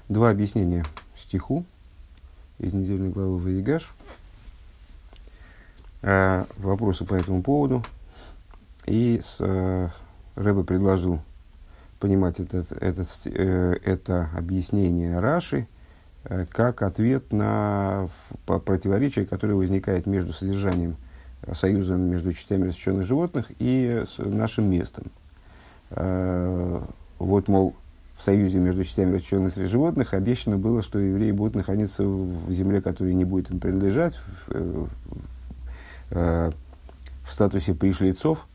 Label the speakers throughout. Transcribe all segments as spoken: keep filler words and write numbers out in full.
Speaker 1: Два объяснения стиху из недельной главы Ваигаш. Э, вопросы по этому поводу. И с, э, Рэбе предложил понимать этот, этот, э, это объяснение Раши э, как ответ на в, противоречие, которое возникает между содержанием союза между частями растительных животных и с нашим местом. Э, вот, мол, в союзе между частями растительных животных обещано было, что евреи будут находиться в земле, которая не будет им принадлежать, в, в, в, в статусе пришлецов.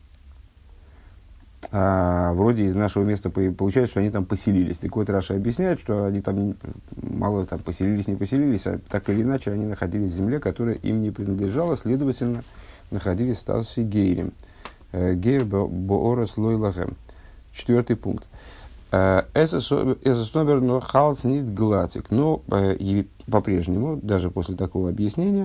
Speaker 1: А вроде из нашего места получается, что они там поселились. Так вот, Раша объясняет, что они там мало там поселились, не поселились, а так или иначе они находились в земле, которая им не принадлежала, следовательно, находились в статусе гейрем. Гейр боорас лойлахем. Четвертый пункт. Эсэсобер но халц нит глатик. Но и по-прежнему, даже после такого объяснения,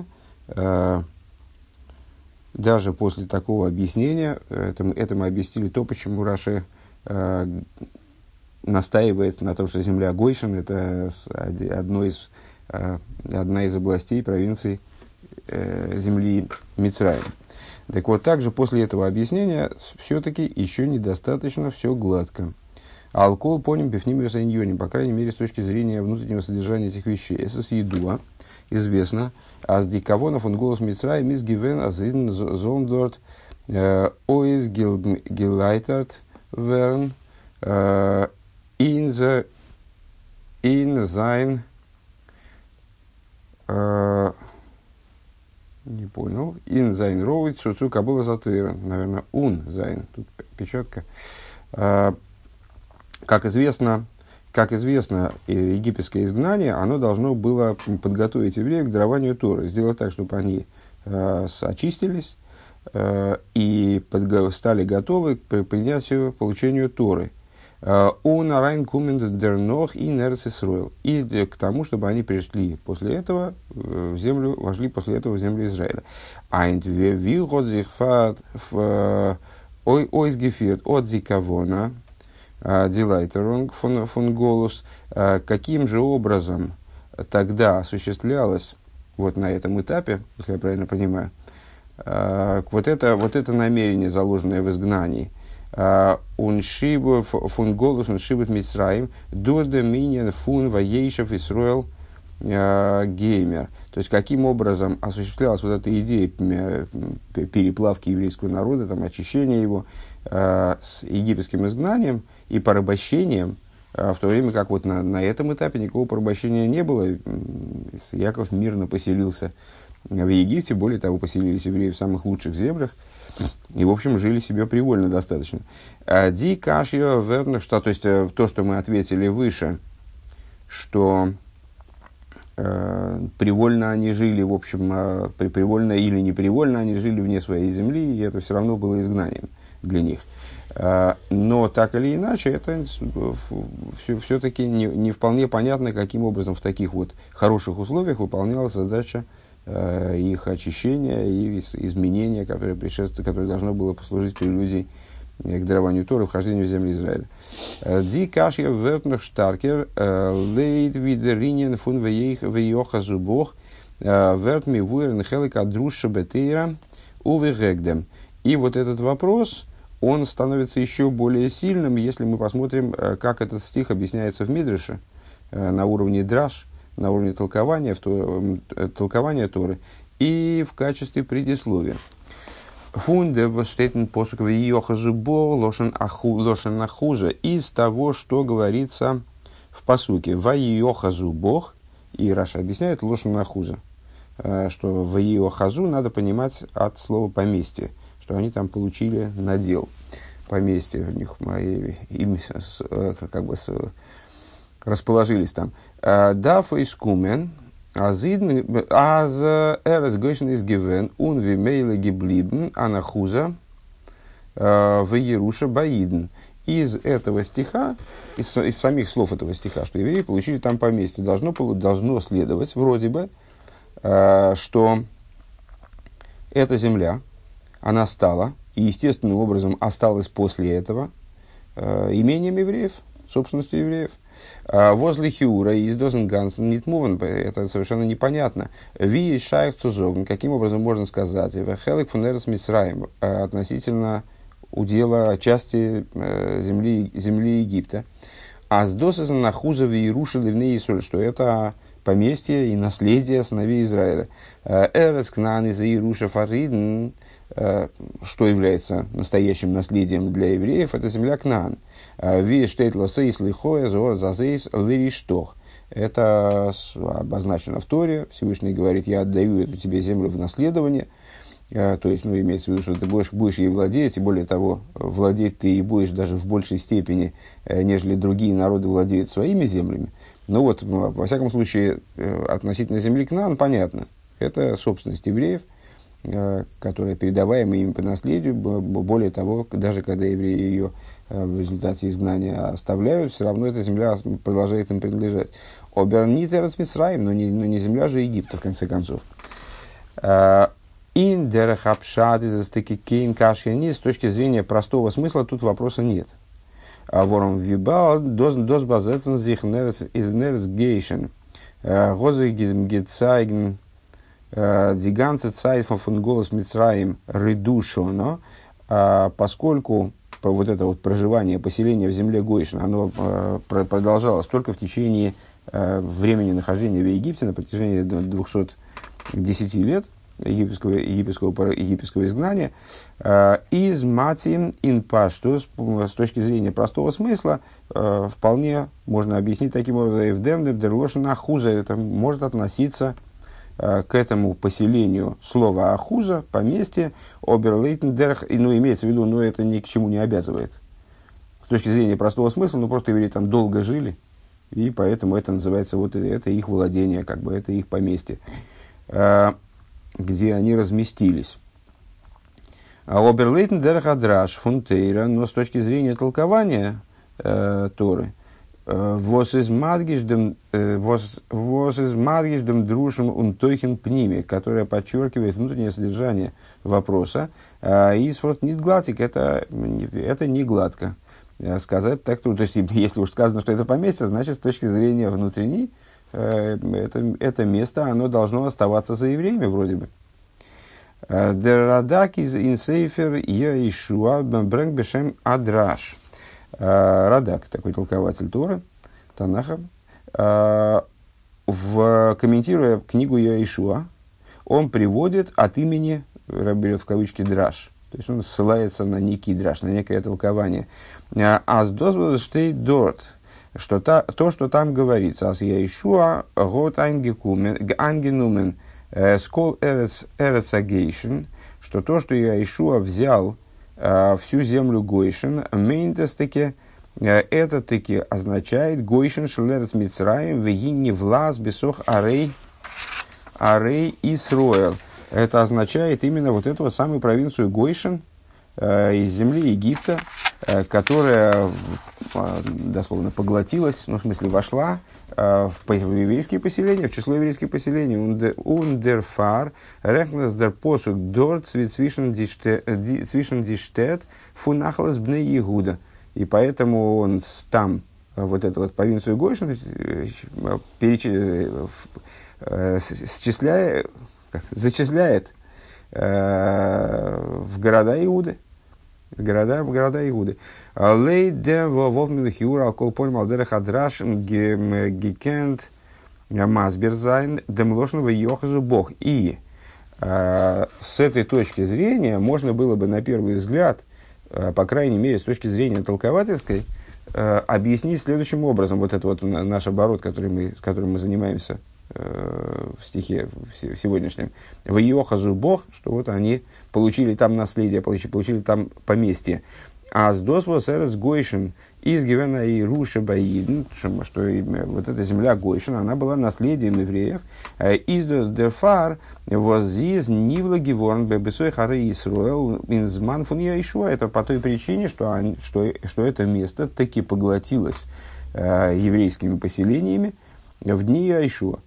Speaker 1: даже после такого объяснения, это, это мы объяснили то, почему Раши э, настаивает на том, что земля Гойшен – это одно из, э, одна из областей провинций э, земли Мицраим. Так вот, также после этого объяснения все-таки еще недостаточно все гладко. Алкоголь поним бифнимиус иньоним, по крайней мере, с точки зрения внутреннего содержания этих вещей. Эсэс едуа. Известно, аз дикавонов он голос Мицрай мис гивен аз иден зондорт оис гилайтарт верн ин зе ин зайн не понял ин зайн роуит цуцу кабула затыра, наверное ун зайн, тут печатка. Как известно, Как известно, египетское изгнание, оно должно было подготовить евреев к дарованию Торы, сделать так, чтобы они э, очистились э, и подго- стали готовы к принятию, получению Торы. Он арайн кумен дернох и нерц Исроэл. И к тому, чтобы они пришли после этого в землю, вошли после этого в землю Израиля. Айнт ве год зихфат в ойсгефирт от зикавона. Дилайтерунг фон Голус, каким же образом тогда осуществлялось, вот на этом этапе, если я правильно понимаю, вот это, вот это намерение, заложенное в изгнании, фон Голус, он шибет Мицраим, дода миньян фун ваейшев Исруэл геймер. То есть, каким образом осуществлялась вот эта идея переплавки еврейского народа, там, очищения его с египетским изгнанием и порабощением, в то время как вот на, на этом этапе никакого порабощения не было. Яков мирно поселился в Египте, более того, поселились евреи в самых лучших землях, и, в общем, жили себе привольно достаточно. Ди кашьо верно, что, то есть, то, что мы ответили выше, что э, привольно они жили, в общем, э, привольно или непривольно они жили вне своей земли, и это все равно было изгнанием для них. Но так или иначе, это все, все-таки не, не вполне понятно, каким образом в таких вот хороших условиях выполнялась задача э, их очищения и изменения, которое, которое должно было послужить прелюдией к дарованию Торы, вхождению в землю Израиля. Ди кашья вертнах штаркер лейд видеринен фун вейоха зубох верт ми вуэрн хелика друша бетейра увегэгдем. И вот этот вопрос, он становится еще более сильным, если мы посмотрим, как этот стих объясняется в Мидреше, на уровне драш, на уровне толкования, в то, толкования Торы, и в качестве предисловия. Фунде воштетен посук вейохазубо лошен ахуза, из того, что говорится в посуке вейохазубох, и Раша объясняет лошен ахуза, что вейохазу надо понимать от слова поместье, что они там получили надел, поместье, у них мои ими как бы с, расположились там. Даф искумен азидн аз эрес гойшен из гивен ун вимейле гиблибн анахуза в Еруша баидн. Из этого стиха, из, из самих слов этого стиха, что евреи получили там поместье, должно, должно следовать, вроде бы, что эта земля, она стала, и естественным образом осталась после этого э, имением евреев, собственностью евреев. А, возле Хиура из Дозенгансен Нитмувен, это совершенно непонятно. Ви шайх цузогн, каким образом можно сказать? Хелек фунерс Мисраим, относительно удела части э, земли, земли Египта. А с досызом на хузове и рушили в ней, что это поместье и наследие сыновей Израиля. Эрес кнан из Иеруша Фаридн, что является настоящим наследием для евреев, это земля Кнаан. Ви штейт лосейс лихоя зор зазейс лириштох. Это обозначено в Торе. Всевышний говорит: я отдаю эту тебе землю в наследование. То есть, ну, имеется в виду, что ты будешь, будешь ей владеть, и более того, владеть ты и будешь даже в большей степени, нежели другие народы владеют своими землями. Ну вот, во всяком случае, относительно земли Кнаан, понятно. Это собственность евреев, которая передаваема им по наследию. Более того, даже когда евреи ее в результате изгнания оставляют, все равно эта земля продолжает им принадлежать. Обернитерс Мицраим, но не, но не земля же Египта, в конце концов. Ин дерахапшад из кейн кашьяни, с точки зрения простого смысла тут вопроса нет. Вором вибал дос базецен зих нерс из нерс гейшен гозы гецайген диганцы цайфа фон голос Мицраим редушоно, поскольку вот это вот проживание, поселение в земле Гойшен, оно продолжалось только в течение времени нахождения в Египте на протяжении двухсот десяти лет египетского, египетского, египетского изгнания. Из матим инпа, что с точки зрения простого смысла вполне можно объяснить таким образом: это может относиться к этому поселению слова ахуза, поместье, оберлейтендерх, ну, имеется в виду, но это ни к чему не обязывает. С точки зрения простого смысла, ну, просто евреи там долго жили, и поэтому это называется, вот это их владение, как бы, это их поместье, где они разместились. Оберлейтендерх адраш фунтейра, но с точки зрения толкования э, Торы, «Вос из мадгиждем друшем унтойхен пниме», которая подчеркивает внутреннее содержание вопроса. «Исфорт нит гладик» — это, это не гладко. Сказать так трудно. То есть, если уж сказано, что это поместье, значит, с точки зрения внутренней, это, это место, оно должно оставаться за евреями вроде бы. «Дер радак из инсейфер яишуа брэнгь бешем адраш». Радак, такой толкователь Торы, Танаха, в, комментируя книгу Яишуа, он приводит от имени, берет в кавычки, драш, то есть он ссылается на некий драш, на некое толкование. «Аз дозволштейт дорт», что та, то, что там говорится: «Аз Яишуа гот ангенумен скол эрец агейшн», что то, что Яишуа взял всю землю Гойшен, мейнтестеки, это таки означает Гойшен шелерец Мицраим вегинни влас бесох арей арей Исроэл. Это означает именно вот эту вот самую провинцию Гойшен э, из земли Египта, э, которая э, дословно поглотилась, ну, в смысле вошла э, в, в еврейские поселения, в число еврейских поселений. Ундерфар рехнес дер посук дорт свишен диштет фунахлас бне Игуда. И поэтому он там, вот эту вот провинцию Гойшен, счисляет, зачисляет э, в города Иуды. В города, в города Иуды. Лейде волмил хиура алкополь малдерах адраш гикенд масберзайн демлошного йохазу бог. И э, с этой точки зрения можно было бы на первый взгляд, э, по крайней мере с точки зрения толковательской, э, объяснить следующим образом вот этот вот наш оборот, который мы, с которым мы занимаемся в стихе в сегодняшнем. В Йохазу Бог, что вот они получили там наследие, получили, получили там поместье. А с Досвос Эрес Гойшин из Гивена и Руша Баидн, что вот эта земля Гойшин, она была наследием евреев. Из Дерфар возиз Нивла Гиворн Бебесой Хары Исруэл Инзман фун Яишуа. Это по той причине, что, они, что, что это место таки поглотилось э, еврейскими поселениями в дни Яишуа.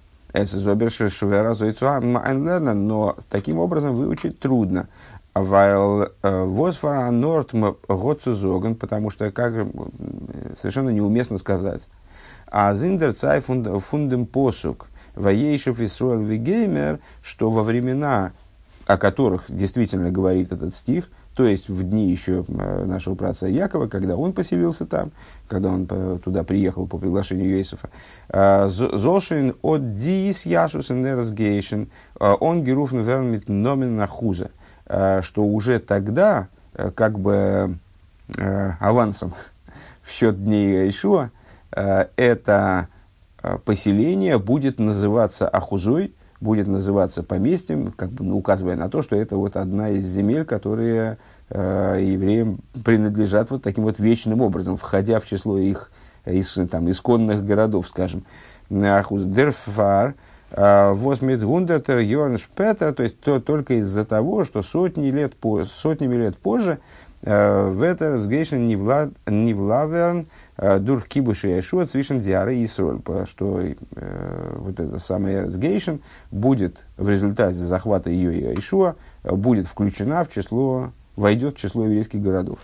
Speaker 1: Но таким образом выучить трудно. Потому что как совершенно неуместно сказать, А зиндер цай фундем посук ваейшев Исруэль вегеймер, что во времена, о которых действительно говорит этот стих, то есть в дни еще нашего праотца Якова, когда он поселился там, когда он туда приехал по приглашению Йосефа, «Золшин от диис яшус энерсгейшен, он геруфн вермит номен нахуза», что уже тогда, как бы авансом в счет дней Ишуа, это поселение будет называться Ахузой, будет называться поместьем, как бы указывая на то, что это вот одна из земель, которые э, евреям принадлежат вот таким вот вечным образом, входя в число их из, там, исконных городов, скажем. Дерфар возмет гундертер йорнш петер, то есть то, только из-за того, что сотни лет по, сотнями лет позже ветер сгейшен нивлаверн дур кибуши Ишуа цвишен диары и Исроль, что э, вот это самое Эрцгейшен будет в результате захвата ее и Ишуа будет включена в число, войдет в число еврейских городов.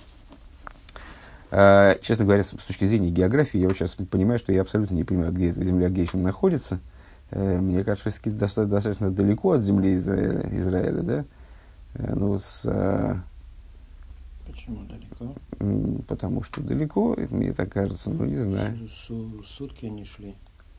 Speaker 1: Э, честно говоря, с, с точки зрения географии, я вот сейчас понимаю, что я абсолютно не понимаю, где эта земля Гейшен находится. Э, мне кажется, что это достаточно, достаточно далеко от земли Израиля, Израиля да? Э, ну, с... Э,
Speaker 2: Почему далеко?
Speaker 1: Потому что далеко, мне так кажется, ну не знаю.
Speaker 2: Су- сутки они шли.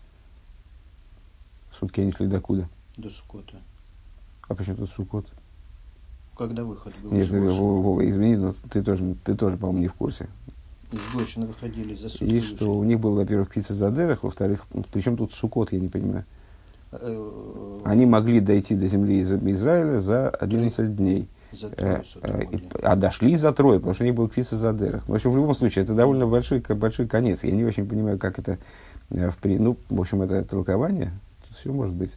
Speaker 1: Сутки они шли докуда?
Speaker 2: До Суккота.
Speaker 1: А почему тут Суккот?
Speaker 2: Когда выход был?
Speaker 1: Нет,
Speaker 2: из Гошина?
Speaker 1: Вова, Вова, извини, но ты тоже, ты тоже, по-моему, не в курсе.
Speaker 2: Из Гошина выходили за сутки.
Speaker 1: И
Speaker 2: вышли.
Speaker 1: что у них был, во-первых, Кицезадерах, во-вторых, причем тут Суккот, я не понимаю.
Speaker 2: Э,
Speaker 1: Они могли дойти до земли из- Израиля за одиннадцать дней.
Speaker 2: За
Speaker 1: Э,
Speaker 2: трое суток
Speaker 1: э,
Speaker 2: могли.
Speaker 1: а дошли за трое, потому что у них был Кицезадерах. В общем, в любом случае, это довольно большой, к- большой конец. Я не очень понимаю, как это э, в при... Ну, в общем, это толкование. Тут все может быть.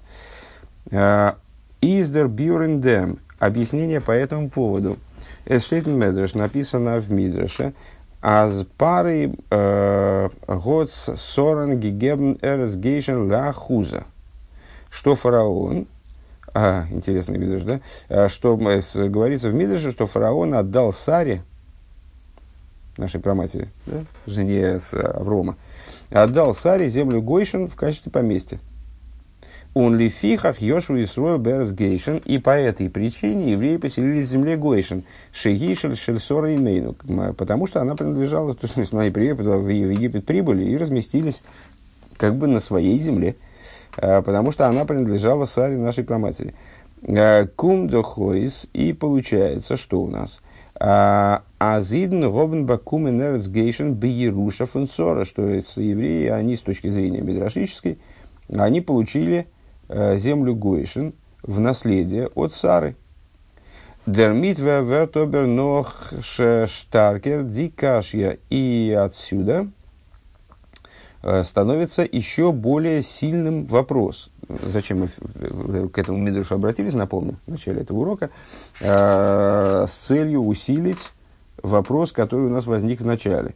Speaker 1: Издер Бюрендем. Объяснение по этому поводу. Эсшлейтен Медреш написано в Мидреше. Аз пары год соран гигебн эрсгейшен ла хуза. Что фараон, а, интересный Мидреш, да? А, что с, говорится в Мидреше, что фараон отдал Саре, нашей праматери, да? Жене с Аврома, отдал Саре землю Гойшен в качестве поместья. Он лифихах Йошу Исруэл Берс Гейшен, и по этой причине евреи поселились в земле Гойшен, Шегишель Шельсора и Мейну, потому что она принадлежала, то есть они приехали в Египет, прибыли и разместились как бы на своей земле, потому что она принадлежала Саре, нашей праматери. Кум дохойс, и получается, что у нас? Азидн робн бакум энерц гейшен бееруша фунсора, что евреи, они с точки зрения мидрашической, они получили землю Гойшен в наследие от Сары. Дермит вертобер нох штаркер дикашья. И отсюда становится еще более сильным вопрос. Зачем мы к этому Мидрашу обратились, напомню, в начале этого урока, с целью усилить вопрос, который у нас возник в начале.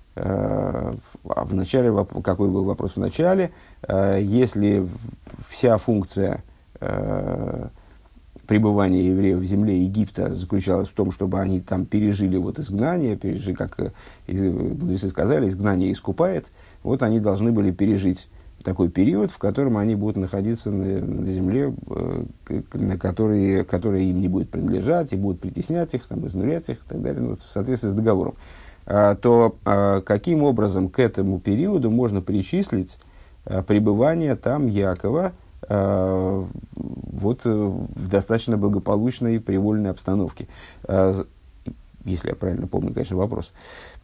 Speaker 1: В начале, какой был вопрос в начале, если вся функция пребывания евреев в земле Египта заключалась в том, чтобы они там пережили вот изгнание, пережили, как мудрецы сказали, изгнание искупает, вот они должны были пережить такой период, в котором они будут находиться на, на земле, на которой, которая им не будет принадлежать, и будут притеснять их, там, изнурять их и так далее, ну, вот, в соответствии с договором. То каким образом к этому периоду можно причислить пребывание там Якова вот в достаточно благополучной привольной обстановке? Если я правильно помню, конечно, вопрос.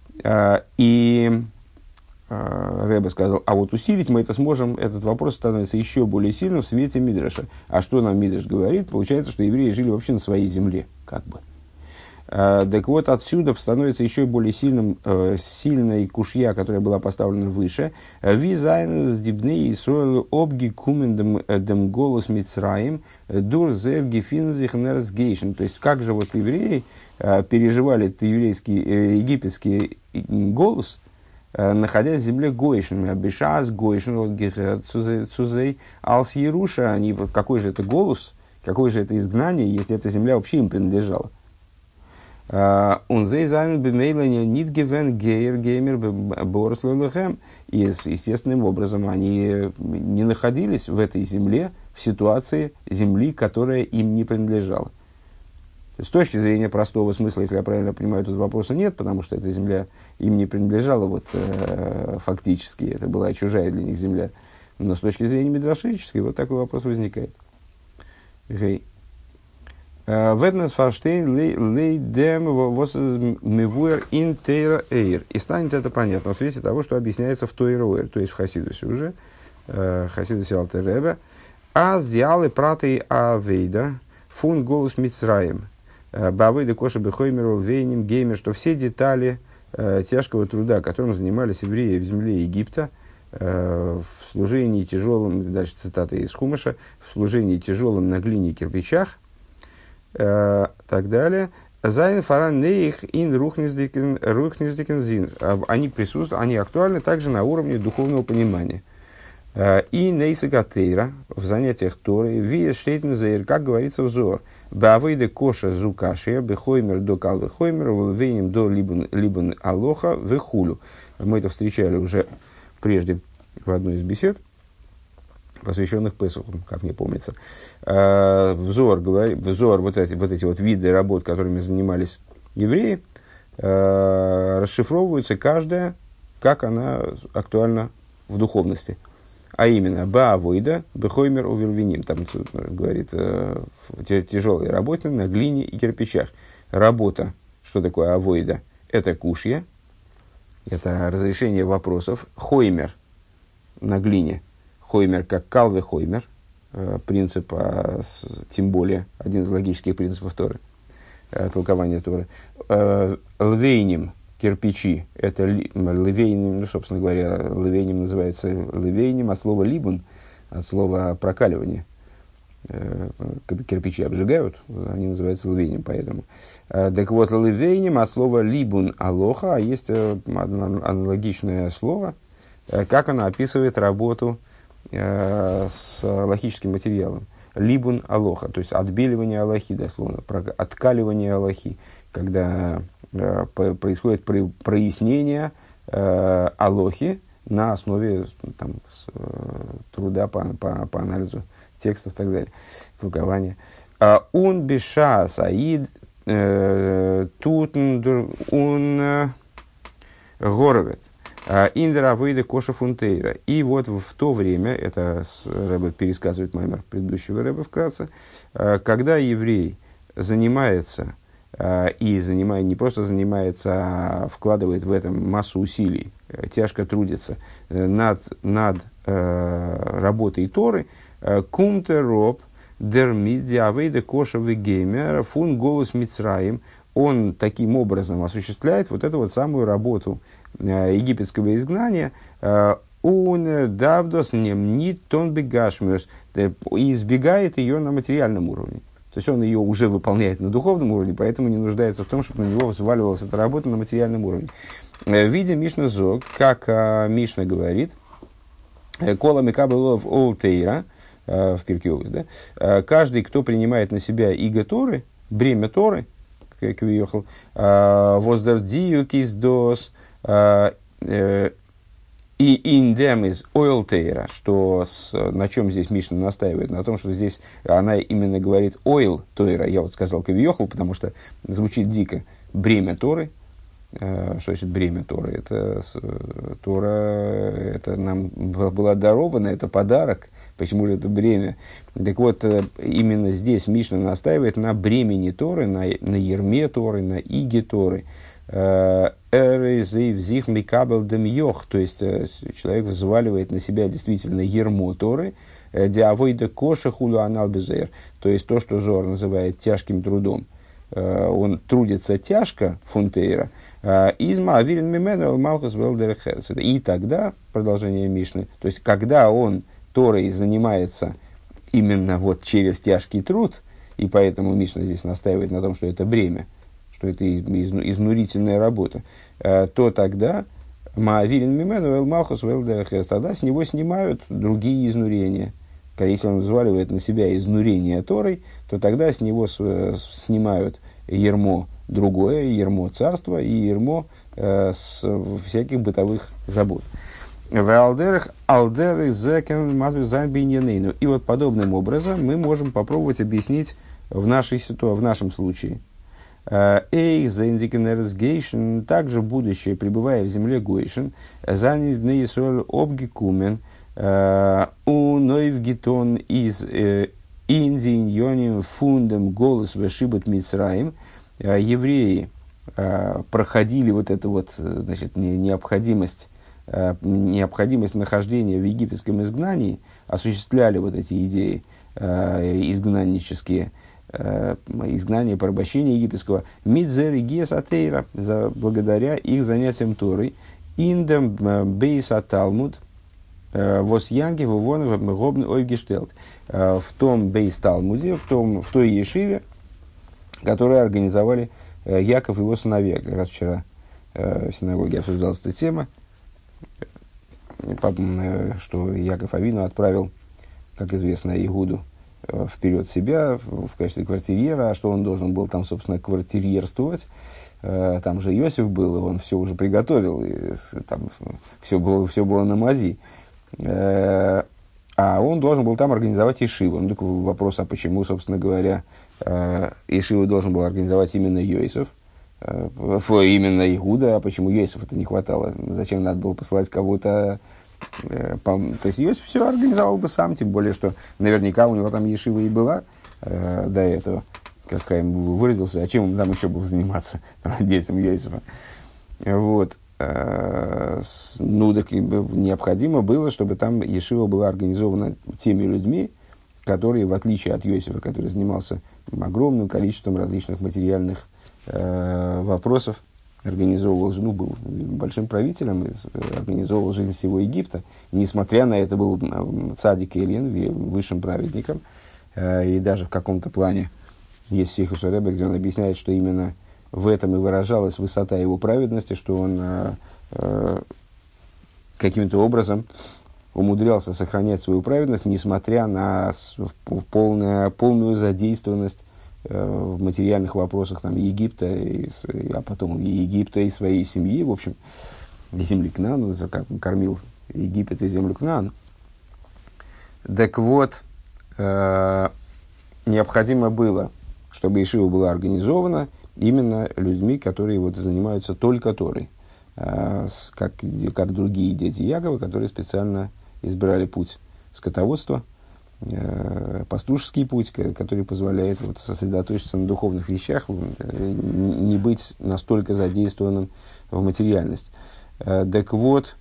Speaker 1: И Ребе сказал, а вот усилить мы это сможем, этот вопрос становится еще более сильным в свете Мидраша. А что нам Мидраш говорит? Получается, что евреи жили вообще на своей земле, как бы. Так вот, отсюда становится еще более сильным, э, сильной кушья, которая была поставлена выше. «Визайн с дибней Исруэлу обги кумендем дем голос Мицраим дур зер гефинзих нерсгейшен». То есть, как же вот евреи э, переживали этот еврейский, э, египетский голос, э, находясь в земле Гойшен. «Абишас Гойшен от гехер цузей алс Еруша». Они, какой же это голос, какое же это изгнание, если эта земля вообще им принадлежала. Он зайзайн бемейлане нит гивен гейр геймер борслолехем. И естественным образом они не находились в этой земле, в ситуации земли, которая им не принадлежала. То есть, с точки зрения простого смысла, если я правильно понимаю, тут вопроса нет, потому что эта земля им не принадлежала вот, э, фактически, это была чужая для них земля. Но с точки зрения мидрашической, вот такой вопрос возникает. Ветнес фарштейн лейдем мивуэр ин тейра эйр. И станет это понятно в свете того, что объясняется в Тойра Эйр, то есть в Хасидусе уже, Хасидусе Алтер Ребе. Аз диалы пратой авейда фун голос мицраим. Бавейда коша бехоймеру вейним геймер, что все детали тяжкого труда, которым занимались евреи в земле Египта, в служении тяжелым, дальше цитата из Хумаша, в служении тяжелым на глине и кирпичах, э, так далее. Зайн фаран нейх ин рухниздикен зин. Они присутствуют, они актуальны также на уровне духовного понимания. И нейсагатейра в занятиях Торы, виес штейтензейр, как говорится в Зоар, бавейде коша зукашия, бехоймер до кал бехоймер, вейним до либун алоха вехулю. Мы это встречали уже прежде в одной из бесед, посвященных Песаху, как мне помнится. Взор, говори, взор вот, эти, вот эти вот виды работ, которыми занимались евреи, расшифровываются каждая, как она актуальна в духовности. А именно, баавойда, бехоймер увельвиним, там говорит, тяжелые работы на глине и кирпичах. Работа, что такое авойда? Это кушья, это разрешение вопросов. Хоймер на глине. Хоймер как калве хоймер. Принцип, тем более, один из логических принципов Торы. Толкования Торы. Лвейним, кирпичи. Это лвейним, ну, собственно говоря, лвейним называется лвейним от слова либун, от слова прокаливание. Когда кирпичи обжигают, они называются лвейним, поэтому. Так вот, лвейним от слова либун алоха, а есть аналогичное слово, как оно описывает работу с лохическим материалом. Либун алоха, то есть отбеливание алохи, дословно, откаливание алохи, когда происходит прояснение алохи на основе там, труда по, по, по анализу текстов и так далее, толкования. Он биша саид тут он горовет индера выйда коша фунтейра. И вот в то время, это Ребе пересказывает маймер предыдущего Ребе вкратце, когда еврей занимается, и занимает, не просто занимается, а вкладывает в этом массу усилий, тяжко трудится над, над работой Торы, кумтероп дермид диавейда кошевый геймер фун голос мицраим, он таким образом осуществляет вот эту вот самую работу египетского изгнания, он давдос немнит тон бегашмиус, и избегает ее на материальном уровне. То есть он ее уже выполняет на духовном уровне, поэтому не нуждается в том, чтобы на него взваливалась эта работа на материальном уровне. Видя Мишна Зог, как а, Мишна говорит, кола микабелов олтейра, в Пиркеовус, да, каждый, кто принимает на себя иго Торы, бремя Торы, как въехал, воздардию киздос, и индем из ойл-тейра, что с, на чем здесь Мишна настаивает, на том, что здесь она именно говорит ойл-тейра, я вот сказал кавиохал, потому что звучит дико, бремя Торы. Что значит бремя Торы? Это Тора, это нам была дарована, это подарок. Почему же это бремя? Так вот, именно здесь Мишна настаивает на бремени Торы, на, на ерме Торы, на иге Торы. То есть человек взваливает на себя действительно ермо Торы, диавойда коша хулу анал безер, то есть то, что Зоар называет тяжким трудом. Он трудится тяжко, фунтейра, изма авирин мимену малхус велдерхерс. И тогда, продолжение Мишны, то есть когда он Торой занимается именно вот через тяжкий труд, и поэтому Мишна здесь настаивает на том, что это бремя, что это изнурительная работа, то тогда маавирин мимену эл малхус велдерхерс, тогда с него снимают другие изнурения. Если он взваливает на себя изнурение Торой, то тогда с него с, снимают ермо другое, ермо царства и ермо э, с всяких бытовых забот. В алдерах алдеры зекен мазбе зайбиньянейну. И вот подобным образом мы можем попробовать объяснить в нашей ситуации, в нашем случае. Эй, заиндикенерс гейшен, также будущее, пребывая в земле гойшен, занят на Исраэль обгекумен, у нойвгитон из индиньоним фундам голос вешибат мицраим. Евреи проходили вот эту вот, значит, необходимость, необходимость нахождения в египетском изгнании, осуществляли вот эти идеи изгнаннические, изгнание, порабощение египетского, мидзер и гесатейра, благодаря их занятиям Торой, индем бейса талмуд, вос янги вовонов гобн ойгештелт, в том бейс талмуде, в, том, в той ешиве, которую организовали Яков и его сыновья. Как раз вчера в синагоге обсуждалась эта тема, что Яков Авину отправил, как известно, Игуду вперед себя в качестве квартирьера, а что он должен был там, собственно, квартирьерствовать. Там же Иосиф был, и он все уже приготовил, и там все было, все было на мази. А он должен был там организовать ешиву. Ну, такой вопрос, а почему, собственно говоря, ешиву должен был организовать именно Иосиф, именно Игуда, а почему Иосифа это не хватало? Зачем надо было посылать кого-то? То есть Иосиф все организовал бы сам, тем более, что наверняка у него там ешива и была э, до этого, как Хаим выразился, а чем он там еще был заниматься, детям Иосифа. Вот. Э, с, ну, так необходимо было, чтобы там ешива была организована теми людьми, которые, в отличие от Иосифа, который занимался огромным количеством различных материальных э, вопросов, организовывал, ну, был большим правителем, организовывал жизнь всего Египта. Несмотря на это, был цадик Элен, высшим праведником. И даже в каком-то плане есть Сихус Ребе, где он объясняет, что именно в этом и выражалась высота его праведности, что он каким-то образом умудрялся сохранять свою праведность, несмотря на полную, полную задействованность в материальных вопросах там, Египта, и, а потом и Египта и своей семьи, в общем, и земли Кнаан, как он кормил Египет и землю Кнаан. Так вот, э, необходимо было, чтобы ешива была организована именно людьми, которые вот, занимаются только Торой, э, с, как, как другие дети Якова, которые специально избирали путь скотоводства, пастушеский путь, который позволяет вот, сосредоточиться на духовных вещах, не быть настолько задействованным в материальность. Так вот,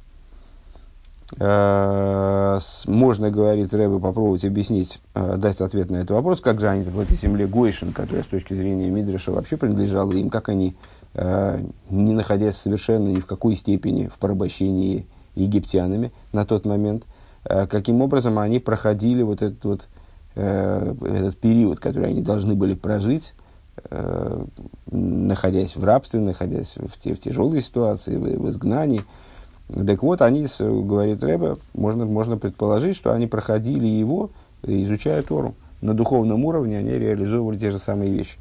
Speaker 1: можно, говорит Ребе, попробовать объяснить, дать ответ на этот вопрос, как же они в этой земле Гойшен, которая с точки зрения Мидраша вообще принадлежала им, как они, не находясь совершенно ни в какой степени в порабощении египтянами на тот момент, каким образом они проходили вот этот, вот, э, этот период, который они должны были прожить, э, находясь в рабстве, находясь в, те, в тяжелой ситуации, в, в изгнании. Так вот, они, говорит Ребе, можно, можно предположить, что они проходили его, изучая Тору. На духовном уровне они реализовывали те же самые вещи.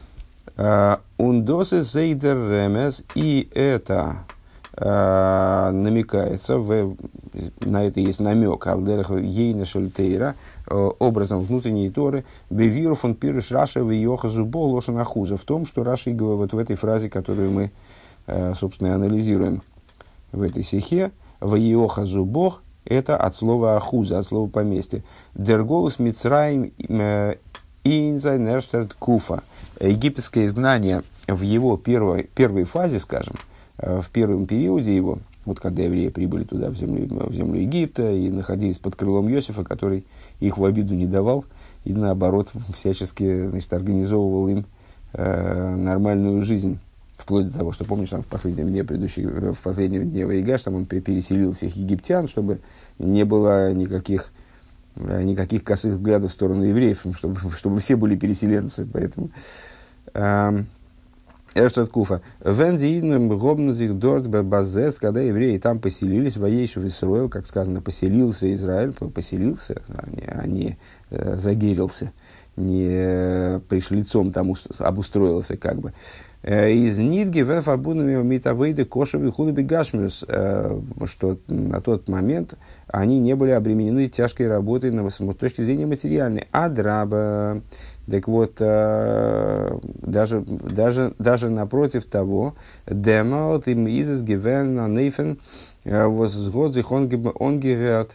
Speaker 1: Ундосы зейдер ремес, и это... намекается, в, на это есть намек, Алдерах Ейна Шельтейра, образом внутренней Торы, Бевиру фон Пируш Раша в Йохазу Бо Лошен Ахуза, в том, что Раши говорит вот в этой фразе, которую мы, собственно, анализируем в этой сихе, в Йохазу Бог, это от слова Ахуза, от слова поместье. Дерголус Мицраим Инзайн Эрштадт Куфа. Египетское изгнание в его первой, первой фазе, скажем, в первом периоде его, вот когда евреи прибыли туда, в землю, в землю Египта, и находились под крылом Иосифа, который их в обиду не давал, и наоборот, всячески, значит, организовывал им э, нормальную жизнь, вплоть до того, что, помнишь, там в последнем дне, предыдущий, в последнем дне Ваигаш, там он переселил всех египтян, чтобы не было никаких, никаких косых взглядов в сторону евреев, чтобы, чтобы все были переселенцы, поэтому... Э, Эрштадт Куфа. Вендиидным гобнзих дорт базес, когда евреи там поселились, воейшев Исруэл, как сказано, поселился Израиль, поселился, а не, а не э, загерился, не пришлицом там обустроился, как бы. Из Нидги в фарбунами митавейды кошевый худоби гашмиус, что на тот момент они не были обременены тяжкой работой на, с точки зрения материальной. А драба, так вот, даже, даже, даже напротив того, демалт им изес гивен на нейфен возгод зих онгерерт.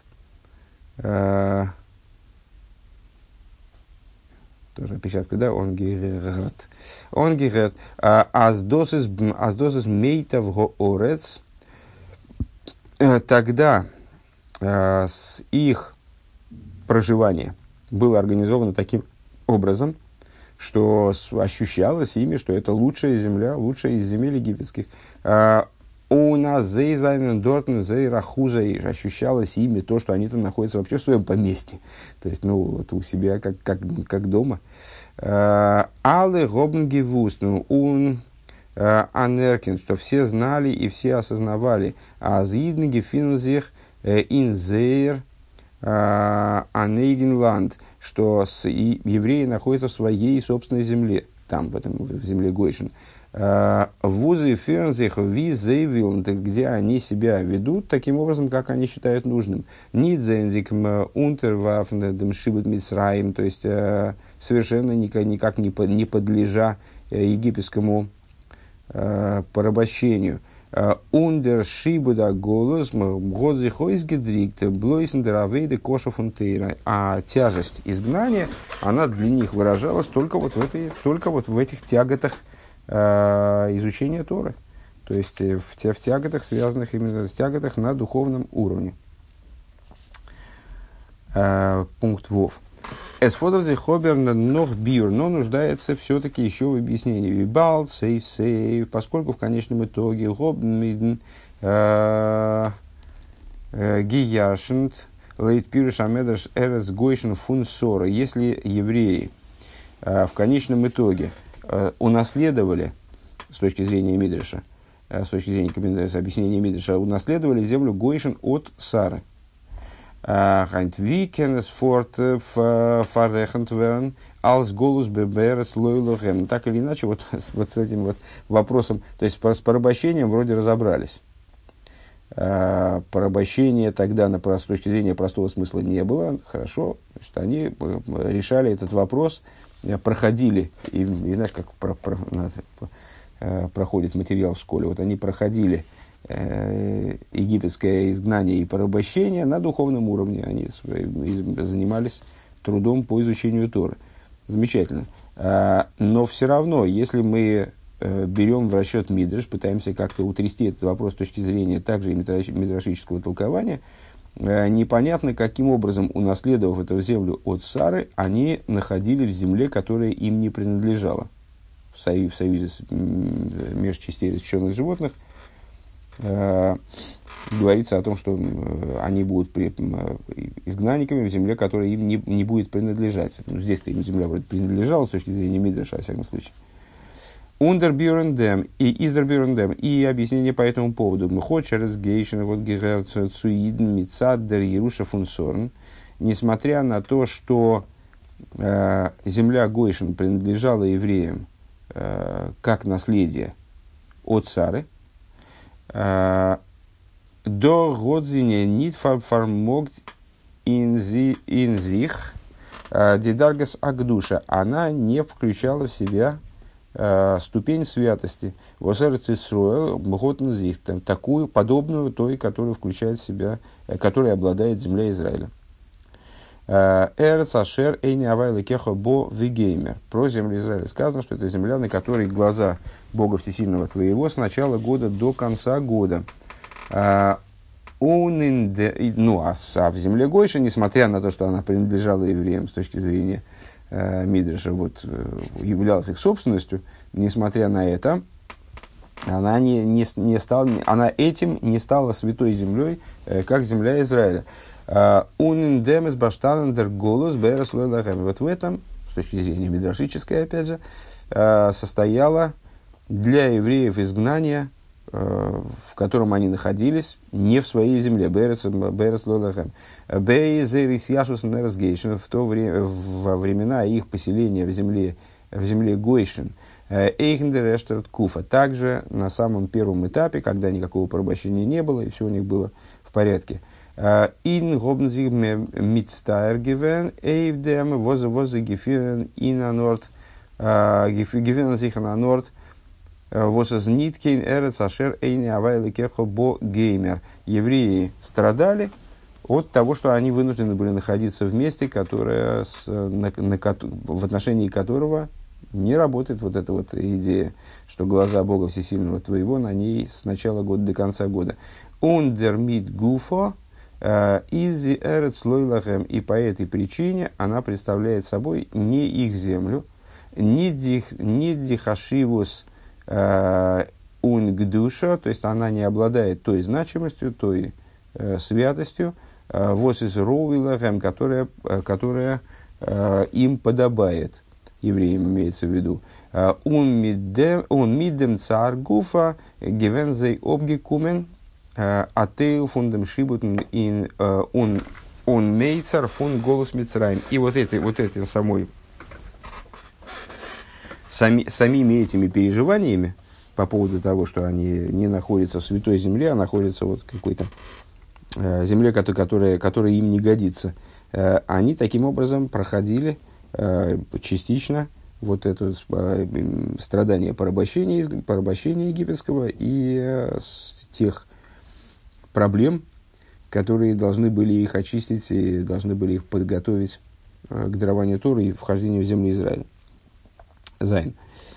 Speaker 1: Тоже опечатка, да, он герет. Он герет. Аздосис мейтав гоорец. Тогда а, с их проживание было организовано таким образом, что ощущалось ими, что это лучшая земля, лучшая из земель египетских. А, у нас зейзайнен дортен зейрахуза, и ощущалось ими то, что они там находятся вообще в своем поместье. То есть, ну, вот у себя, как, как, как дома. Але гобнгевуст, ну, он анеркин, что все знали и все осознавали. А зиднги финзих инзейр анейгенланд, что евреи находятся в своей собственной земле, там, в, этом, в земле Гойшен. Вузы фернзих визейвилн, где они себя ведут таким образом, как они считают нужным. Нидзендикм унтервафн шибут мисраим, то есть совершенно никак, никак не, под, не подлежа египетскому порабощению. Ундер шибуда голос годзихойсгедрикт блойсендеравейде коша фунтейра. А тяжесть изгнания, она для них выражалась только вот в, этой, только вот в этих тяготах изучения Торы, то есть в, в тяготах, связанных именно с тяготах на духовном уровне. Uh, пункт Вов. Эсфодерзи хоберн нох бир, но нуждается все-таки еще в объяснении. Вибал, сейф, сейф, поскольку в конечном итоге гобмидн гияршент лейт пирш амедаш эрес гойшен фун сора. Если евреи в конечном итоге унаследовали, с точки зрения Мидраша, с точки зрения объяснения Мидраша, унаследовали землю Гойшен от Сары. Викенес форт фарехентверн алс голос беберес лойлохем. Так или иначе, вот, вот с этим вот вопросом, то есть с порабощением вроде разобрались. Порабощения тогда на, с точки зрения простого смысла не было. Хорошо, значит, они решали этот вопрос, проходили, и, и знаешь, как про, про, надо, проходит материал в школе, вот они проходили э, египетское изгнание и порабощение на духовном уровне, они занимались трудом по изучению Торы. Замечательно. А, но все равно, если мы э, берем в расчет Мидраш, пытаемся как-то утрясти этот вопрос с точки зрения также и мидрашического толкования, непонятно, каким образом, унаследовав эту землю от Сары, они находились в земле, которая им не принадлежала. В союзе, в союзе с межчастей защищенных животных э, говорится о том, что э, они будут при, э, изгнанниками в земле, которая им не, не будет принадлежать. Ну, здесь-то им земля вроде принадлежала с точки зрения Мидраша, во всяком случае. Ундербюрендем и издербюрендем, и объяснение по этому поводу. Мхот через гейшен вот герцуидн мицаддер Еруша фунсорн. Несмотря на то, что э, земля Гойшен принадлежала евреям э, как наследие от Сары, э, до годзине нит фармогт инзих дидаргас агдуша, она не включала в себя ступень святости, такую, подобную той, которую включает в себя, которой обладает земля Израиля. Эрц ашер эйни авайлы кехо бо вигеймер. Про землю Израиля сказано, что это земля, на которой глаза Бога Всесильного твоего с начала года до конца года. Ну, а в земле Гойша, несмотря на то, что она принадлежала евреям с точки зрения Мидраша, вот, являлась их собственностью, несмотря на это, она, не, не, не стала, она этим не стала святой землей, как земля Израиля. Вот в этом, с точки зрения мидрашической, опять же, состояло для евреев изгнание в котором они находились, не в своей земле. Берес Лолахем. Бейзерис Яшус Нерсгейшен, в то время, во времена их поселения в земле, в земле Гойшин, Эйхендерештерт Куфа. Также на самом первом этапе, когда никакого порабощения не было, и все у них было в порядке. Ин гобнзиг митстайр гивен, эйвдем возе возе гефен ина норд, гефен зих на норд, восез ниткейн эрец ашер эйни авайлы кехо бо геймер. Евреи страдали от того, что они вынуждены были находиться в месте, которое, с, на, на, в отношении которого не работает вот эта вот идея, что глаза Бога Всесильного твоего на ней с начала года до конца года. Ундер мит гуфо изи эрец лойлахем. И по этой причине она представляет собой не их землю, не дихашивус унгдуша, то есть она не обладает той значимостью, той э, святостью, вос из роуилахем, которая, которая э, им подобает, евреям имеется в виду. Он мидем цар гуфа гевензей обгекумен атейл фундам шибутн ин он он мейцар фун голос мицраим. И вот этой вот этой самой Сами, самими этими переживаниями по поводу того, что они не находятся в святой земле, а находятся вот в какой-то э, земле, которая, которая, которая им не годится, э, они таким образом проходили э, частично вот это э, страдание порабощения, порабощения египетского и э, с тех проблем, которые должны были их очистить и должны были их подготовить э, к дарованию Торы и вхождению в землю Израиля. Зайн.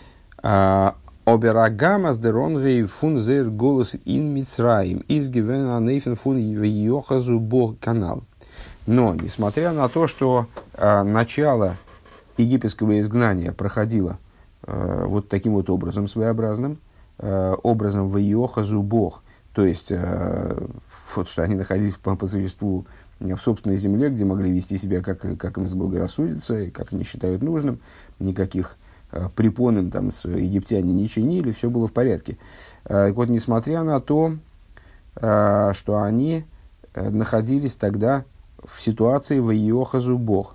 Speaker 1: Оберагамас деронгей фун зер голос ин Мицраим из гивена нейфен фун йохазу бог канал. Но, несмотря на то, что а, начало египетского изгнания проходило а, вот таким вот образом своеобразным, а, образом вайохазу бог, то есть а, вот, что они находились по, по существу в собственной земле, где могли вести себя как, как им заблагорассудится и как они считают нужным, никаких препон им там с египтяне не чинили, все было в порядке. Так вот, несмотря на то, что они находились тогда в ситуации «Вайохазу Бог».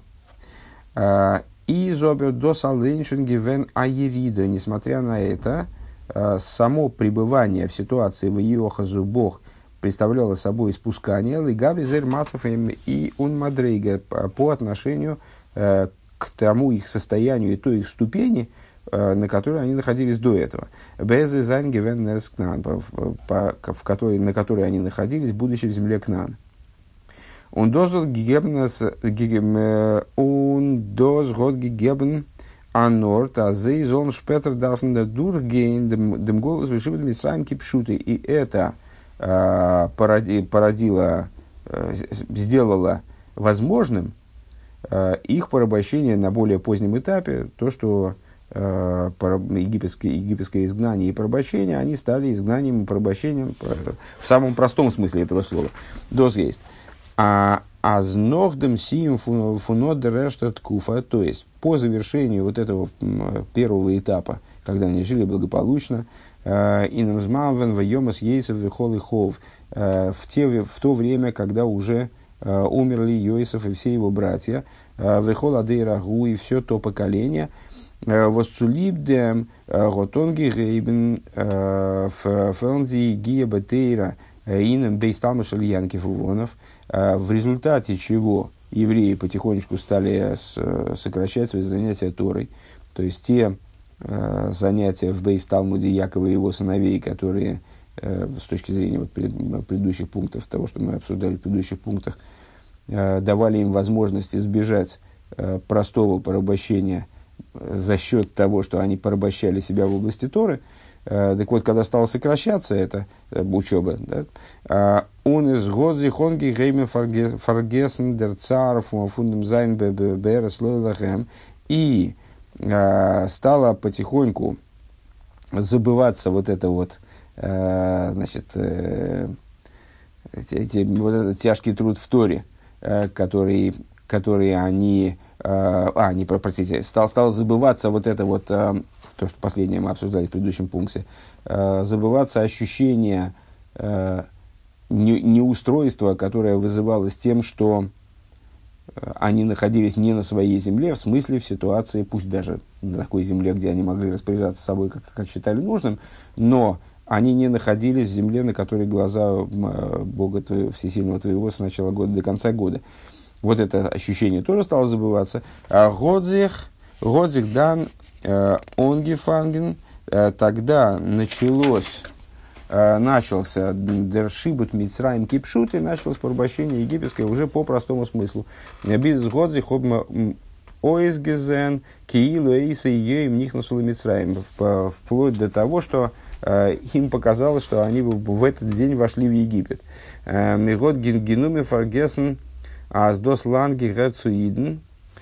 Speaker 1: И «Зобер дос алейншен гивен аерида». Несмотря на это, само пребывание в ситуации «Вайохазу Бог» представляло собой спускание «Лигави зер масов и ун мадрейга» по отношению к к тому их состоянию и той их ступени, э, на которой они находились до этого. В которой, на которой они находились, будучи в земле Кнаан. Он дозвол гигебнес он дозвол гигебн анорт, а зей зон шпетер дарфн дургейн дем голос вышибет мисраим кипшуты. И это э, породи, породило, э, сделало возможным их порабощение на более позднем этапе, то, что э, египетское, египетское изгнание и порабощение, они стали изгнанием и порабощением в самом простом смысле этого слова. Доз есть. А азнохдем сием фунод рештат куфа, то есть по завершению вот этого первого этапа, когда они жили благополучно, инамзмавен вайомас ейсов вихол и хов, в то время, когда уже умерли Йосеф и все его братья, вехол адей рагу и все то поколение, воссулибдем готонги гейбен фэлнзи гия бетейра иным бейсталмыш ильянкив увонов, в результате чего евреи потихонечку стали сокращать свои занятия Торой, то есть те занятия в Бейс-Талмуде Якова и его сыновей, которые с точки зрения вот предыдущих пунктов, того, что мы обсуждали в предыдущих пунктах, давали им возможность избежать простого порабощения за счет того, что они порабощали себя в области Торы. Так вот, когда стала сокращаться эта учеба, да, он из годзи хонги гейме фаргесен дер цар фундам зайн берес лойлахем, и стала потихоньку забываться вот это вот, значит, эти, вот этот тяжкий труд в Торе, который, который они, а, не, простите, стал, стал забываться вот это вот то, что последнее мы обсуждали в предыдущем пункте, э, забываться ощущение э, не, неустройства, которое вызывалось тем, что они находились не на своей земле, в смысле в ситуации, пусть даже на такой земле, где они могли распоряжаться собой, как, как считали нужным, но они не находились в земле, на которой глаза Бога твоего, Всесильного твоего с начала года до конца года. Вот это ощущение тоже стало забываться. Годзих, Годзих дан онгефанген, тогда началось начался дершибут Мицраим кипшут, и началось порабощение египетское уже по простому смыслу. Бизнес годзи хобма ойсгезен киилу эйса ее им нихнусул Мицраим, вплоть до того, что э, им показалось, что они в этот день вошли в Египет. Мигот генуми фаргесен аздос ланги герцуиден.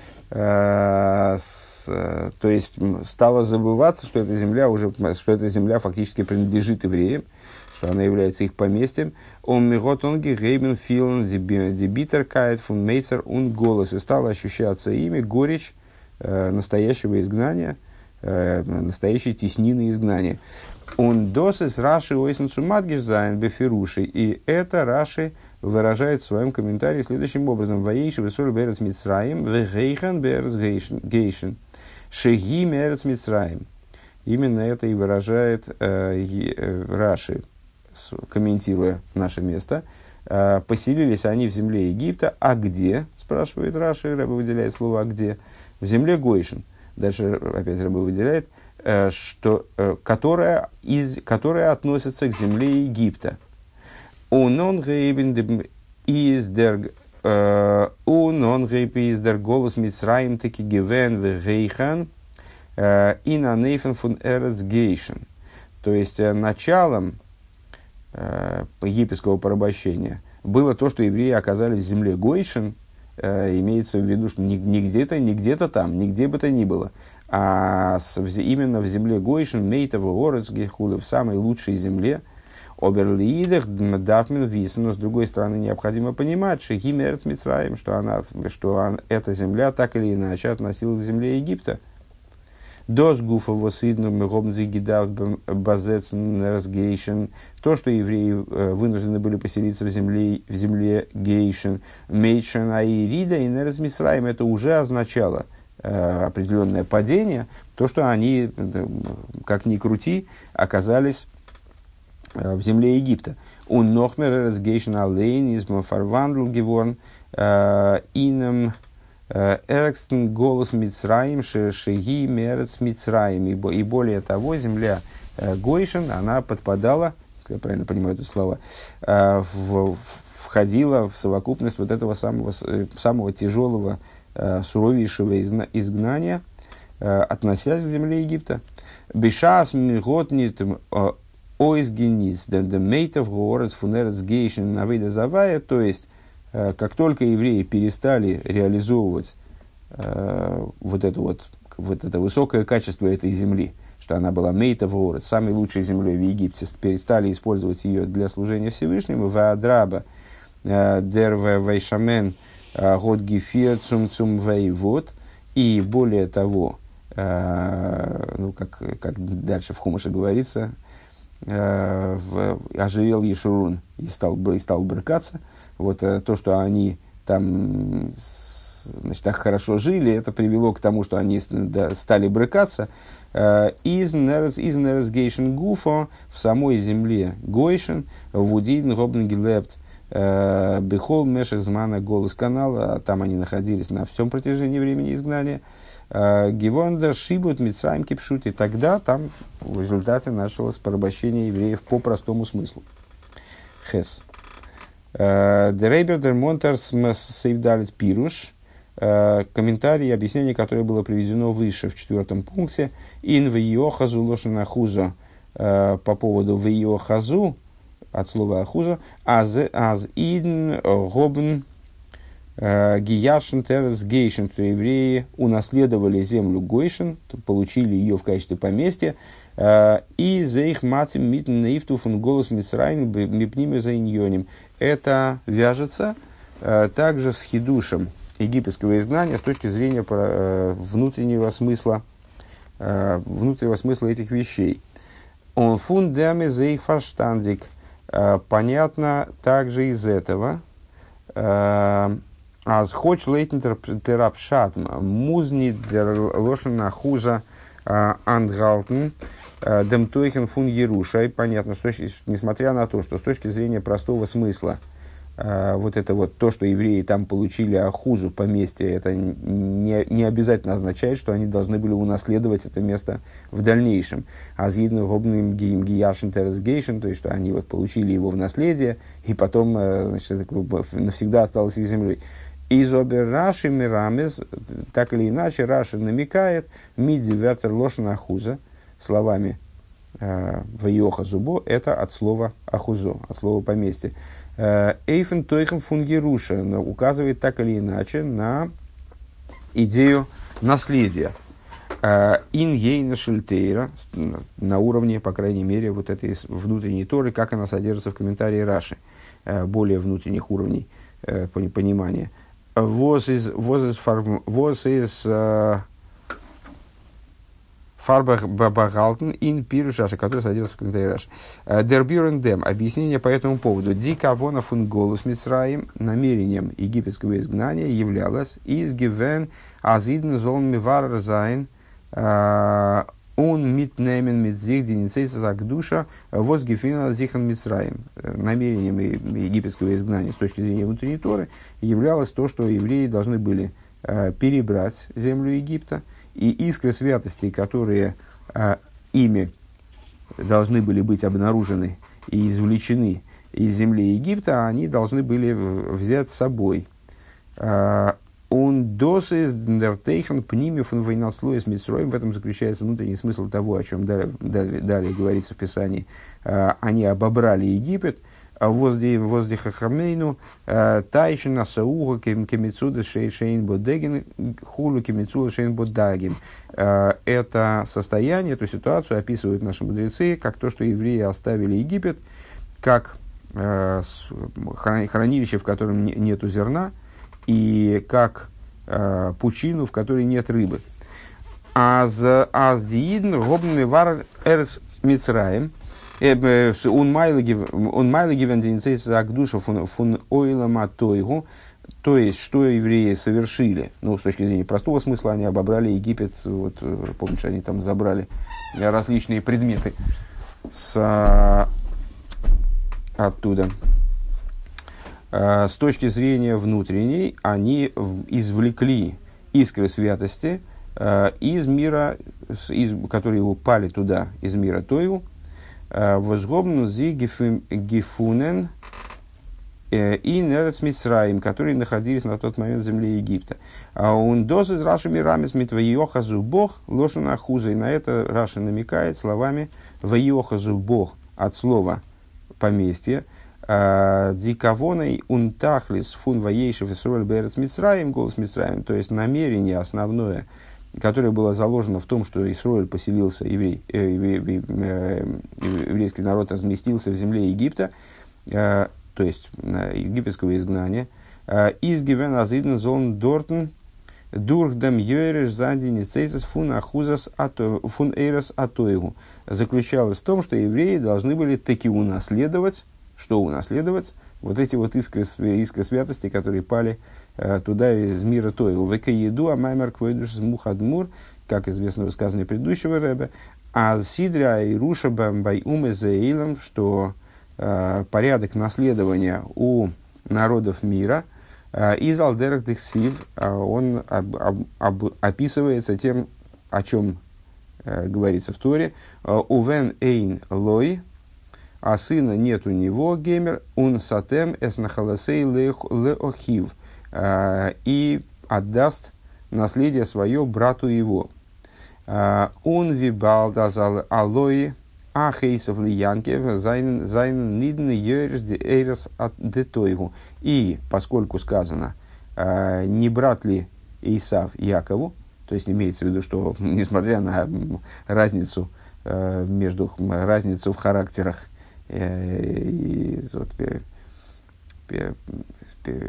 Speaker 1: То есть стало забываться, что эта земля уже, что эта земля фактически принадлежит евреям, что она является их поместьем. Он миготонги гейбен филн дебитер кайт фун мейцер ун голос, и стало ощущаться ими горечь э, настоящего изгнания, э, настоящей теснины изгнания. Он досыс раши ойсен сумадгиш зайн бефируши, и это Раши выражает в своем комментарии следующим образом: «Ваейши весоль берец Мицраим, вегейхан берец гейшен, шеги мерец Мицраим». Именно это и выражает э, э, Раши, с, комментируя наше место. Э, «Поселились они в земле Египта, а где?» – спрашивает Раши, Ребе выделяет слово «а где?» В земле Гойшен. Дальше опять Ребе выделяет, э, что, э, которая, из, которая относится к земле Египта. Унон гейбен из дер унон гейб из дер голос Мицраим таки гевен вегейхан и на нейфен фун эрец гейшен. То есть началом э, египетского порабощения было то, что евреи оказались в земле Гойшен, э, имеется в виду, что не, не где-то, не где-то там, нигде бы то ни было, а с, в, именно в земле Гойшен, Мейтова, Орец, Гехула, в самой лучшей земле. Оберлиидах дафмин вис, но с другой стороны необходимо понимать, что гимерц Мицраим, что она, что он, эта земля так или иначе относилась к земле Египта. Дос гуфа восидну мегобнзи гидав базецн разгейшен, то, что евреи э, вынуждены были поселиться в земле, в земле гейшен, мейшен аирида и нерез Мицраим, это уже означало э, определенное падение, то, что они, э, как ни крути, оказались в земле Египта. Он нохмер разгейшен алейн из фарвандл геворн ином эрекстен голос Мицраим шеги мерец Мицраим. И более того, земля Гойшен, она подпадала, если я правильно понимаю это слово, в, входила в совокупность вот этого самого, самого тяжелого, суровейшего изгнания, относясь к земле Египта. Бешас миготнит ойсгенис, дендемейтов, гоорец, фунерец, гейшин, навейда завая, то есть, э, как только евреи перестали реализовывать э, вот, это вот, вот это высокое качество этой земли, что она была мейтов, гоорец, самой лучшей землей в Египте, перестали использовать ее для служения Всевышнему, ваадраба, дерве вайшамен, год гефир, цум цум вейвод, и более того, э, ну, как, как дальше в Хумаше говорится, В, оживел Ешурун и стал, и стал брыкаться. Вот то, что они там, значит, так хорошо жили, это привело к тому, что они да, стали брыкаться. Из нерес гейшен гуфо, в самой земле Гойшен, вудин гобн гилепт бехол мешах змана голос канала, там они находились на всем протяжении времени изгнания. Гевондер шибут Мицраим кипшут, и тогда там в результате началось порабощение евреев по простому смыслу. Хес. Дерейбер дер Монтерс сейвдалит пируш. Комментарий и объяснение, которое было приведено выше в четвертом пункте. Ин вейохазу лошана хуза, по поводу вейохазу, от слова ахуза, аз аз идн гобн Гияшен терес гейшен, то евреи унаследовали землю Гойшен, получили ее в качестве поместья, и за их матем митн наифту фун голос Мицраим мипними за иньоним. Это вяжется также с хидушем египетского изгнания с точки зрения внутреннего смысла внутреннего смысла этих вещей. Он фундаме за их фарштандик. Понятно также из этого. Аз хоч лейтен терапшат музни дер лошена хуза ангалтен демтойхен фун Ерушай. Понятно, что несмотря на то, что с точки зрения простого смысла вот это вот то, что евреи там получили ахузу поместье, это не, не обязательно означает, что они должны были унаследовать это место в дальнейшем. А зидно гобным гияшен тересгейшен, то есть что они вот получили его в наследие и потом, значит, навсегда осталось их землей. Из обер Раши Мирамес, так или иначе, Раши намекает мидзи вертер лошен ахуза словами вайоха зубо, это от слова ахузо, от слова поместье. Эйфен Тойхен фун Еруша указывает так или иначе на идею наследия. Ин ейна шельтейра, на уровне, по крайней мере, вот этой внутренней Торы, как она содержится в комментарии Раши, более внутренних уровней понимания. Воз из Фарбах Бабагалтен ин Пирушаша, который содержится в комментарии Раши. Дербюрен Дем. Объяснение по этому поводу. Дикавона фун голос Мицраим. Намерением египетского изгнания являлось из Гивен Азидн зон Мивар Зайн он митнемен митзих деницейса загдуша возгифина зихан Мицраим. Намерением египетского изгнания с точки зрения внутренней Торы являлось то, что евреи должны были перебрать землю Египта, и искры святости, которые а, ими должны были быть обнаружены и извлечены из земли Египта, они должны были взять с собой. Он досыс дертейхан пними фун войнослой с Мицроем. В этом заключается внутренний смысл того, о чем далее, далее, далее говорится в Писании. А, они обобрали Египет. Возле возле хахамейну тайшина сауга кемицуда шейн бодеген хулу кемицуда шейн бодагим. Это состояние, эту ситуацию описывают наши мудрецы как то, что евреи оставили Египет как хранилище, в котором нету зерна, и как пучину, в которой нет рыбы. Аз аз диидн гобн вар эрц Мицраим. Он майлыги венденцейса агдуша фун ойлама тойгу, то есть, что евреи совершили, ну, с точки зрения простого смысла, они обобрали Египет, вот, помнишь, они там забрали различные предметы с, оттуда. С точки зрения внутренней, они извлекли искры святости из мира, из, которые упали туда, из мира Тойгу, возгобн зи гифунен и нерец Мицраим, которые находились на тот момент в земле Египта. Он доз из Раши Мирамес мит вайохазу Бог лошена хуза. И на это Раши намекает словами вайохазу Бог от слова поместье. Дикавоной унтахлис фун ваейшев Исруэль берец Мицраим голос Мицраим. То есть намерение основное, которое было заложено в том, что Исруэль поселился, еврей, э, еврей, э, еврейский народ разместился в земле Египта, э, то есть э, египетского изгнания, из гивен азиден зон дортен дурхдам йереш зандини цейсес фун ахузас фун эйрес атоеву, заключалось в том, что евреи должны были таки унаследовать, что унаследовать, вот эти вот искры, искры святости, которые пали туда из мира Тойгу. Векаеду амаймер квойдуш мухадмур, как известно в высказывании предыдущего рэбе, а сидря и руша бамбай уме заилом, что э, порядок наследования у народов мира э, из алдерах дексив, э, он об, об, об, описывается тем, о чем э, говорится в Торе. Увен эйн лой, а сына нет у него, геймер, ун сатем эснахаласей леохив, и отдаст наследие свое брату его. Он вибалдазал алои ахейсов лиянкев зайн нидн йерс де эйрес от детойгу. И поскольку сказано, не брат ли Исав Якову, то есть имеется в виду, что несмотря на разницу между разницу в характерах и вот,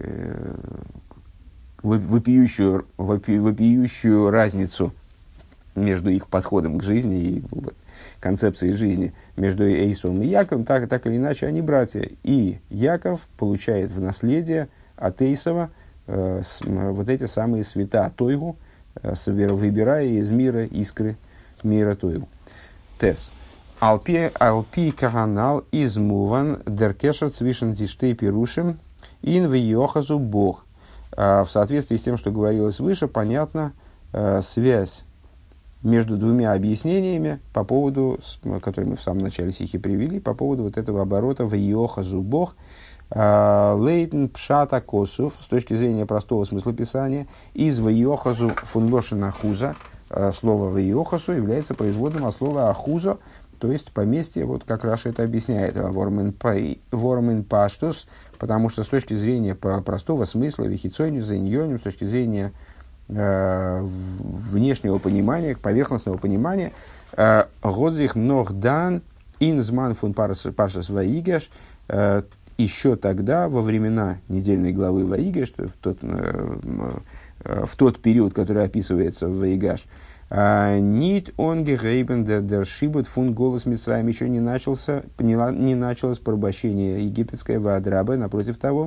Speaker 1: вопиющую, вопи, вопиющую разницу между их подходом к жизни и вот, концепцией жизни, между Эйсом и Яковом, так, так или иначе они братья. И Яков получает в наследие от Эйсова э, с, вот эти самые света Тойгу, э, выбирая из мира искры мира Тойгу. Тес. Алпи, алпи каганал измуван деркешер цвишен зиштей пирушим ин в Йохазу Бог. В соответствии с тем, что говорилось выше, понятна э, связь между двумя объяснениями, по поводу, которые мы в самом начале стихи привели, по поводу вот этого оборота в Йохазу Бог, лейтен пшата косов, с точки зрения простого смысла писания, из в Йохазу фунлошина хуза, слово в Йохасу является производным от слова ахуза, то есть поместье, вот как Раши это объясняет, вормин паштус, потому что с точки зрения простого смысла, вихицойню, заиньоню, с точки зрения э, внешнего понимания, поверхностного понимания, годзих многдан инзман фун паршас ваигаш, еще тогда, во времена недельной главы Ваигаш, в тот, э, э, в тот период, который описывается в Ваигаш, Нит он гейбен дер шибут фун голос Мицраим, еще не начался, не, не началось порабощение египетской вадрабы, напротив того.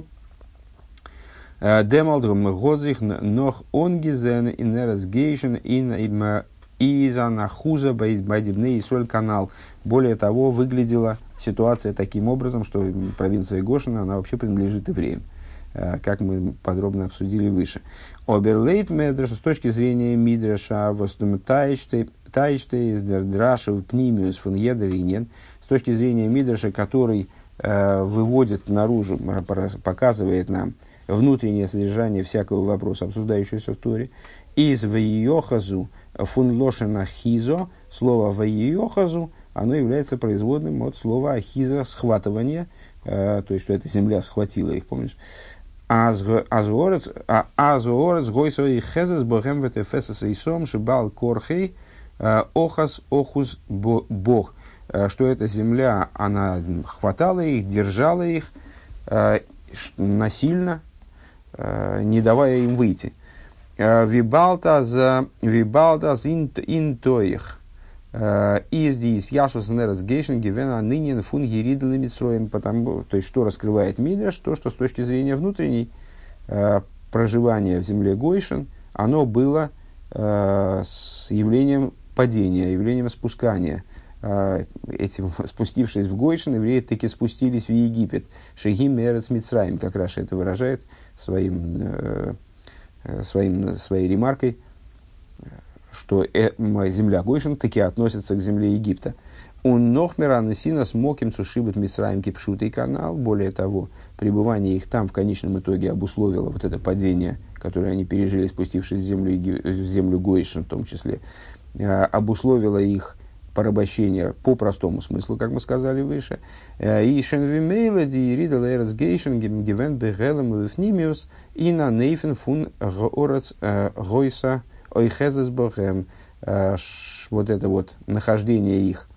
Speaker 1: Демалдрум годзих нох он гизен инерас гейшен ин изанахуза байдибней соль канал. Более того, выглядела ситуация таким образом, что провинция Гошена, она вообще принадлежит евреям, как мы подробно обсудили выше. Оберлейт медреш, с точки зрения мидреша, востум тайчте из драшев пнимиус фон едеринен, с точки зрения мидреша, который э, выводит наружу, показывает нам внутреннее содержание всякого вопроса, обсуждающегося в Торе, из вайохазу фун лошена хизо, слово вайохазу, оно является производным от слова ахиза, схватывание, э, то есть, что эта земля схватила их, помнишь? Азуорец гойсой хезес богем ветефесес эйсом шибал корхей охас охуз бог, что эта земля, она хватала их, держала их насильно, не давая им выйти. Вибалтаз вибалтаз интоих издис яшвас нерас гейшен гивена нынен фун гиридл митсроем, потому, то есть, что раскрывает Мидраш, то, что с точки зрения внутренней э, проживания в земле Гойшен, оно было э, с явлением падения, явлением спускания. Э, этим, спустившись в Гойшен, евреи таки спустились в Египет. Шегим мерец Мицраим, как Раша это выражает своим, э, своим, своей ремаркой, что э, земля Гойшен таки относится к земле Египта. Он нохмера насина смоким цушибет Мицраим кипшутый канал. Более того, пребывание их там в конечном итоге обусловило вот это падение, которое они пережили, спустившись в землю, в землю Гойшен в том числе, э, обусловило их порабощение по простому смыслу, как мы сказали выше. И шенвимейлади и ридал эрс гейшен гивен бегелем лифнимиус и на нейфен фун горец гойса ойхезес богем. Вот это вот нахождение их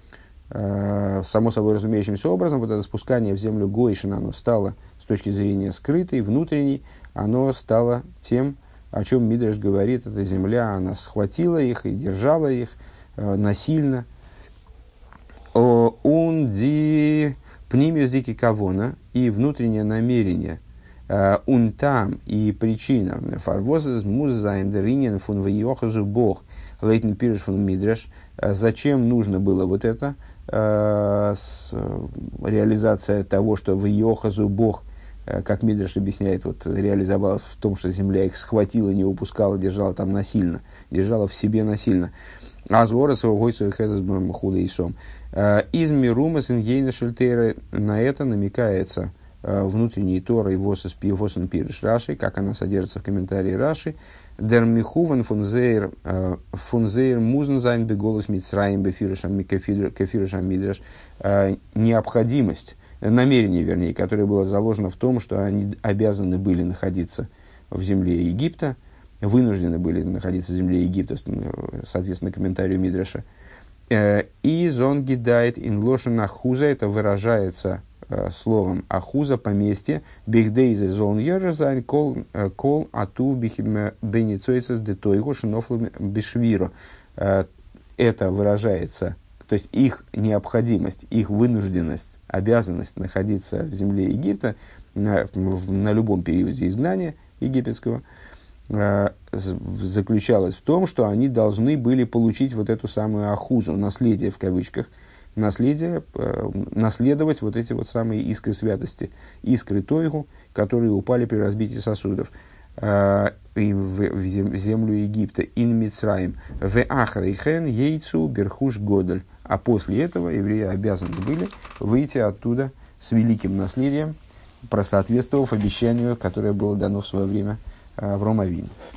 Speaker 1: само собой разумеющимся образом, вот это спускание в землю Гойшен, оно стало с точки зрения скрытой, внутренней, оно стало тем, о чем Мидраш говорит, эта земля, она схватила их и держала их насильно. Он ди пнимиус дики кавона, и внутреннее намерение, он там и причина, фарвозес музайн деринен фун вайохазу бог, лейтен пирш фун Мидраш, зачем нужно было вот это, с, реализация того, что вайохазу бог, как Мидраш объясняет, вот, реализовалась в том, что земля их схватила, не упускала, держала там насильно, держала в себе насильно. Азворец гойцу хезес худа и сом. Из мирумас ингейна шельтера, на это намекается внутренний Тора и восен пирш Раши, как она содержится в комментарии Раши. Дер михуван фунзейр фунзейр музензайн беголос митсраим бефиршам кефиршам мидраш. Необходимость, намерение, вернее, которое было заложено в том, что они обязаны были находиться в земле Египта, вынуждены были находиться в земле Египта, соответственно, комментарию Мидраша. И зон гидает ин лошен ахуза, это выражается э, словом ахуза, поместье, бигдейзе зон ержайн кол кол ату беницойцес детойго шинофлу бешвиро. это выражается, то есть их необходимость, их вынужденность, обязанность находиться в земле Египта на, на любом периоде изгнания египетского заключалась в том, что они должны были получить вот эту самую ахузу, наследие в кавычках, наследие, наследовать вот эти вот самые искры святости, искры Тойгу, которые упали при разбитии сосудов в, в землю Египта. Ин Мицраим в Ахрейхен Ейцу Берхуш Годель. А после этого евреи обязаны были выйти оттуда с великим наследием, просоответствовав обещанию, которое было дано в свое время Аврому Авину.